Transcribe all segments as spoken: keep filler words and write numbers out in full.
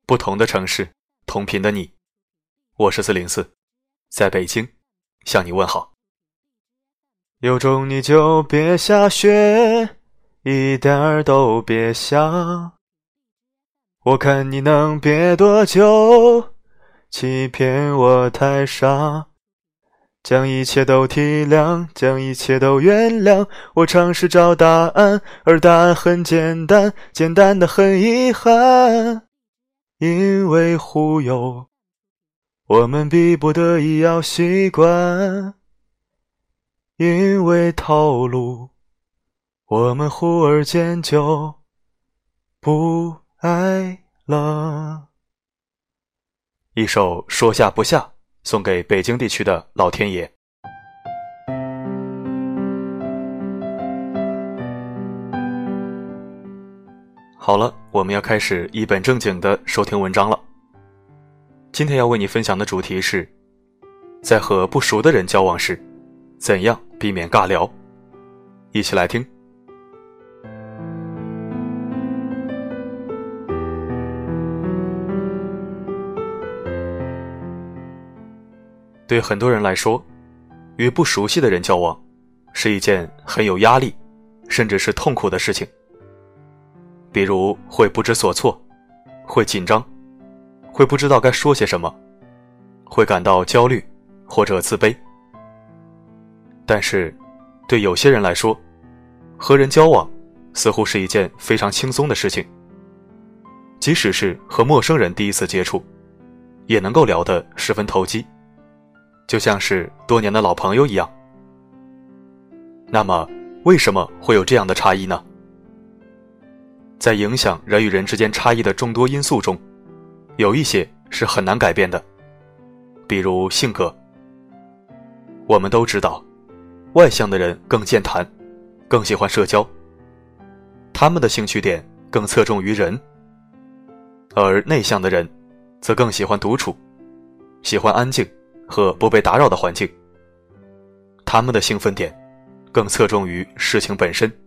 不同的城市，同频的你，我是四零四，在北京向你问好。有种你就别下雪，一点儿都别下，我看你能憋多久，欺骗我太傻，将一切都体谅，将一切都原谅，我尝试找答案，而答案很简单，简单的很遗憾。因为忽悠，我们逼不得已要习惯，因为套路，我们忽而间就不爱了。一首说下不下，送给北京地区的老天爷。好了，我们要开始一本正经的收听文章了。今天要为你分享的主题是，在和不熟的人交往时，怎样避免尬聊？一起来听。对很多人来说，与不熟悉的人交往是一件很有压力，甚至是痛苦的事情。比如会不知所措，会紧张，会不知道该说些什么，会感到焦虑或者自卑。但是对有些人来说，和人交往似乎是一件非常轻松的事情，即使是和陌生人第一次接触，也能够聊得十分投机，就像是多年的老朋友一样。那么为什么会有这样的差异呢？在影响人与人之间差异的众多因素中，有一些是很难改变的，比如性格。我们都知道，外向的人更健谈，更喜欢社交，他们的兴趣点更侧重于人，而内向的人则更喜欢独处，喜欢安静和不被打扰的环境，他们的兴奋点更侧重于事情本身。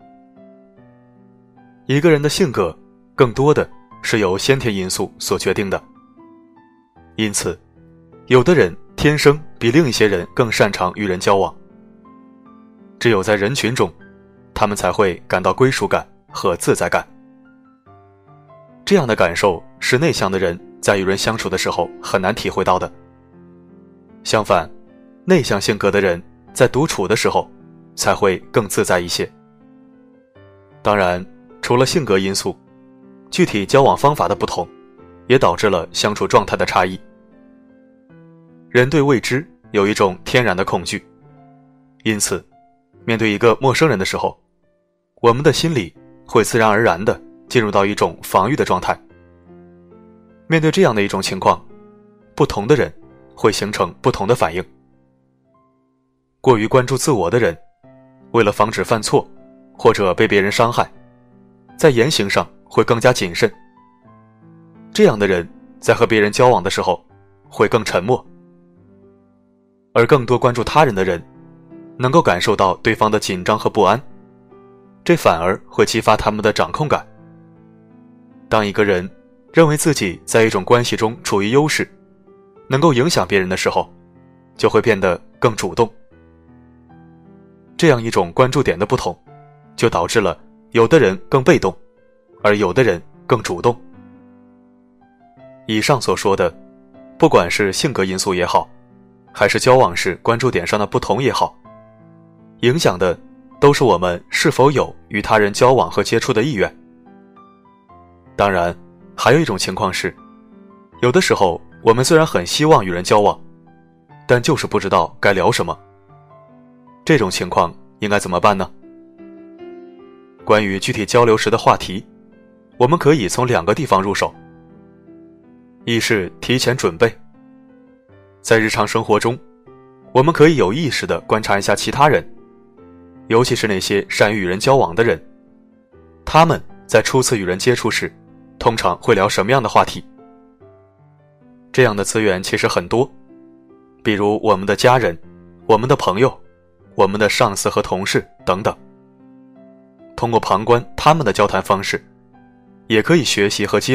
一个人的性格更多的是由先天因素所决定的，因此有的人天生比另一些人更擅长与人交往，只有在人群中，他们才会感到归属感和自在感。这样的感受是内向的人在与人相处的时候很难体会到的。相反，内向性格的人在独处的时候才会更自在一些。当然，除了性格因素，具体交往方法的不同，也导致了相处状态的差异。人对未知有一种天然的恐惧，因此，面对一个陌生人的时候，我们的心里会自然而然地进入到一种防御的状态。面对这样的一种情况，不同的人会形成不同的反应。过于关注自我的人，为了防止犯错或者被别人伤害，在言行上会更加谨慎。这样的人在和别人交往的时候会更沉默，而更多关注他人的人能够感受到对方的紧张和不安，这反而会激发他们的掌控感。当一个人认为自己在一种关系中处于优势，能够影响别人的时候，就会变得更主动。这样一种关注点的不同，就导致了有的人更被动，而有的人更主动。以上所说的，不管是性格因素也好，还是交往时关注点上的不同也好，影响的都是我们是否有与他人交往和接触的意愿。当然，还有一种情况是，有的时候我们虽然很希望与人交往，但就是不知道该聊什么。这种情况应该怎么办呢？关于具体交流时的话题，我们可以从两个地方入手。一是提前准备。在日常生活中，我们可以有意识地观察一下其他人，尤其是那些善于与人交往的人，他们在初次与人接触时，通常会聊什么样的话题？这样的资源其实很多，比如我们的家人、我们的朋友、我们的上司和同事等等。通过旁观他们的交谈方式，也可以学习和积累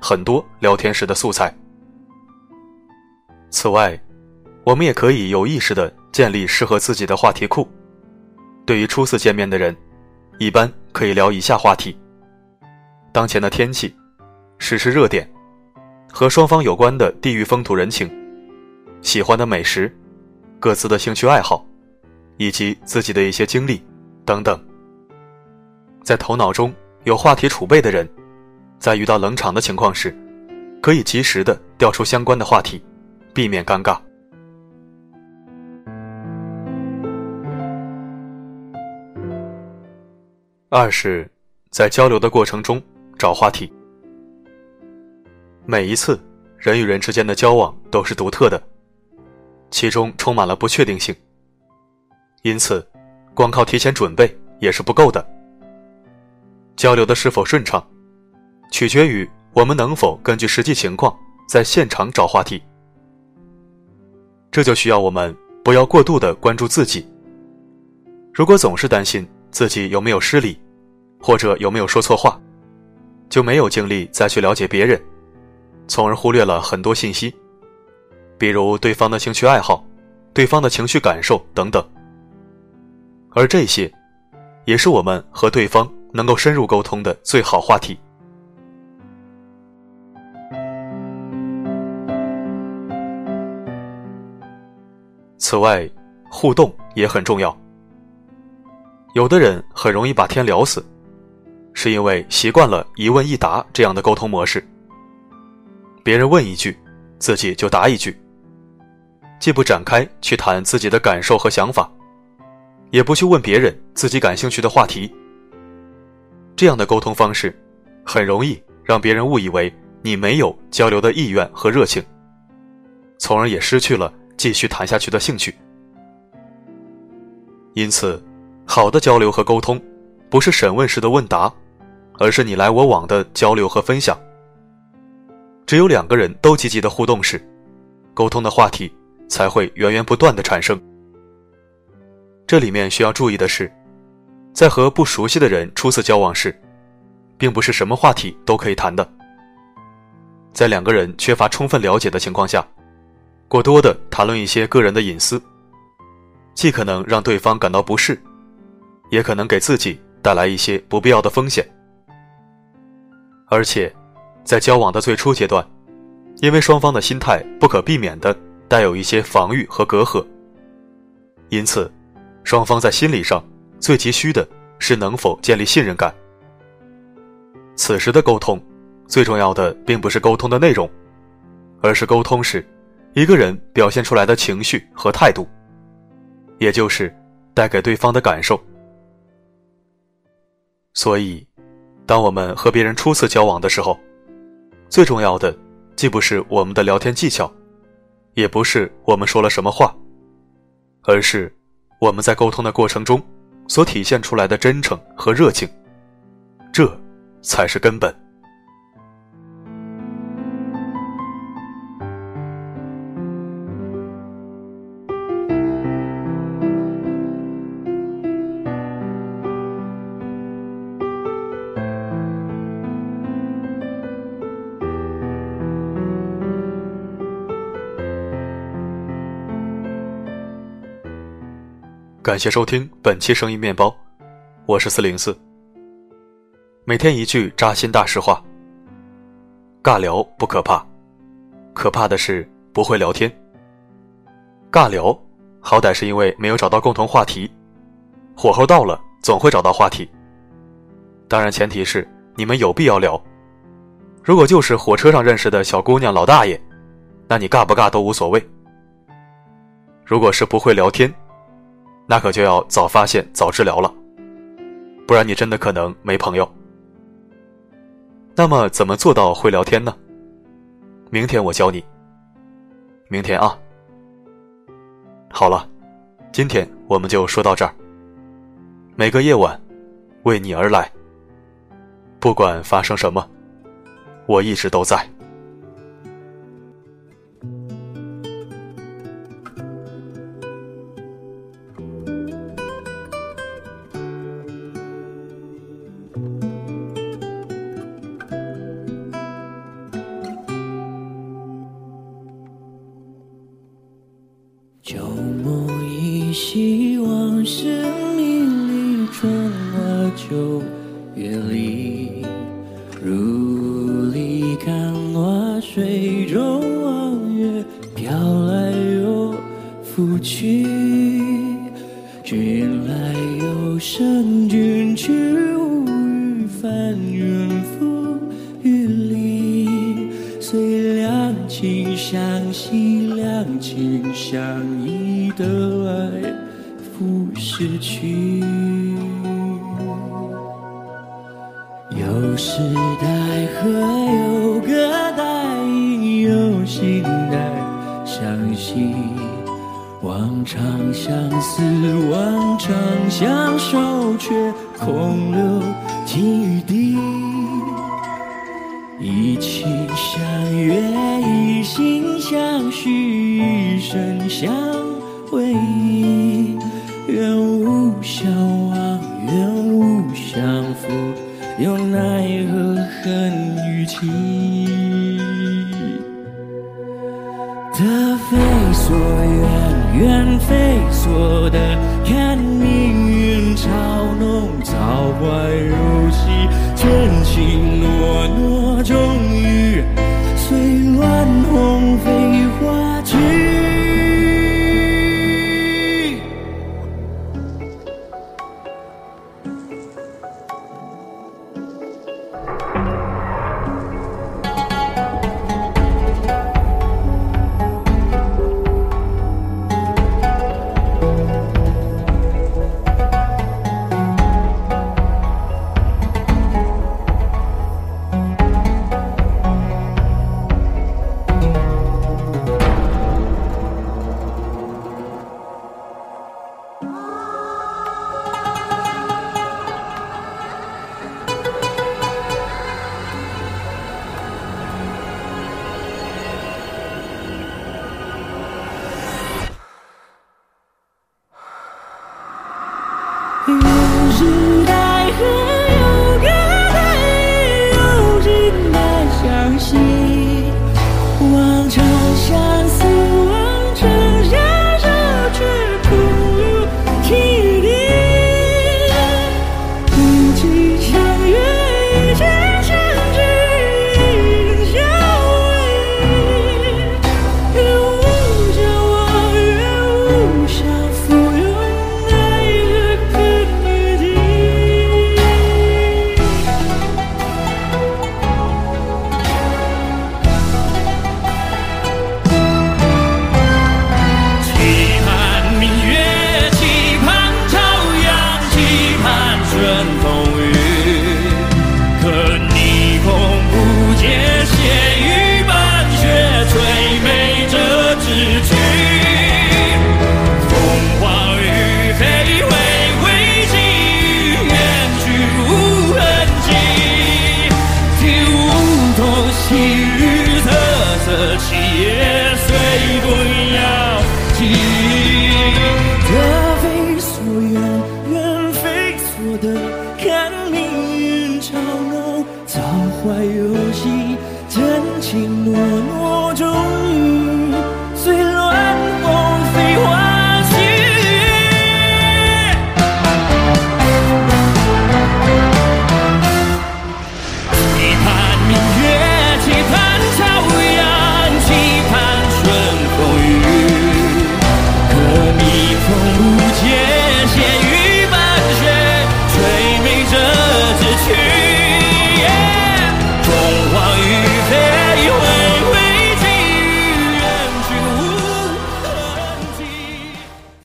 很多聊天时的素材。此外，我们也可以有意识地建立适合自己的话题库。对于初次见面的人，一般可以聊以下话题：当前的天气、时事热点、和双方有关的地域风土人情、喜欢的美食、各自的兴趣爱好，以及自己的一些经历等等。在头脑中有话题储备的人，在遇到冷场的情况时，可以及时地调出相关的话题，避免尴尬。二是在交流的过程中找话题。每一次人与人之间的交往都是独特的，其中充满了不确定性，因此光靠提前准备也是不够的。交流的是否顺畅，取决于我们能否根据实际情况在现场找话题。这就需要我们不要过度地关注自己。如果总是担心自己有没有失礼，或者有没有说错话，就没有精力再去了解别人，从而忽略了很多信息，比如对方的兴趣爱好、对方的情绪感受等等。而这些也是我们和对方能够深入沟通的最好话题。此外，互动也很重要。有的人很容易把天聊死，是因为习惯了一问一答这样的沟通模式。别人问一句，自己就答一句，既不展开去谈自己的感受和想法，也不去问别人自己感兴趣的话题。这样的沟通方式很容易让别人误以为你没有交流的意愿和热情，从而也失去了继续谈下去的兴趣。因此，好的交流和沟通不是审问式的问答，而是你来我往的交流和分享。只有两个人都积极的互动时，沟通的话题才会源源不断的产生。这里面需要注意的是，在和不熟悉的人初次交往时，并不是什么话题都可以谈的。在两个人缺乏充分了解的情况下，过多的谈论一些个人的隐私，既可能让对方感到不适，也可能给自己带来一些不必要的风险。而且在交往的最初阶段，因为双方的心态不可避免地带有一些防御和隔阂，因此双方在心理上最急需的是能否建立信任感。此时的沟通最重要的并不是沟通的内容，而是沟通时一个人表现出来的情绪和态度，也就是带给对方的感受。所以当我们和别人初次交往的时候，最重要的既不是我们的聊天技巧，也不是我们说了什么话，而是我们在沟通的过程中所体现出来的真诚和热情，这才是根本。感谢收听本期声音面包，我是四零四。每天一句扎心大实话。尬聊不可怕，可怕的是不会聊天。尬聊好歹是因为没有找到共同话题，火候到了总会找到话题，当然前提是你们有必要聊。如果就是火车上认识的小姑娘老大爷，那你尬不尬都无所谓。如果是不会聊天，那可就要早发现早治疗了，不然你真的可能没朋友。那么怎么做到会聊天呢？明天我教你。明天啊。好了，今天我们就说到这儿。每个夜晚为你而来，不管发生什么，我一直都在。 旧梦依稀，往事迷离，春花秋月里，如离看花水中望月，飘来又浮去，君来又生，君去无语，翻云覆雨里，虽两情相惜，两情相依的爱复失去。有时代河，有个代影，有心待相惜。望长相思，望长相守，却空留几滴。一情相悦，一心相许，一生相偎依。愿无相忘，愿无相负，又奈何恨与情。得非所愿，愿非所得，看命运嘲弄，造化游戏，真情诺诺，终于随乱红飞花去。有时代河，有个代影，有情难相惜。望长相思，望长相守，却空留几滴。一情相悦，一情相知，一生相偎。愿无相忘，愿无相负，又奈何恨与情。期盼明月，期盼朝阳，期盼顺风雨。可逆风不解，血雨半雪，催美这志趣。风花雨飞，微微际遇，远去无痕迹。听梧桐细雨，瑟瑟起也随顿摇起。得非所愿，愿非所得，看命运嘲弄，造化游戏，真情诺诺，终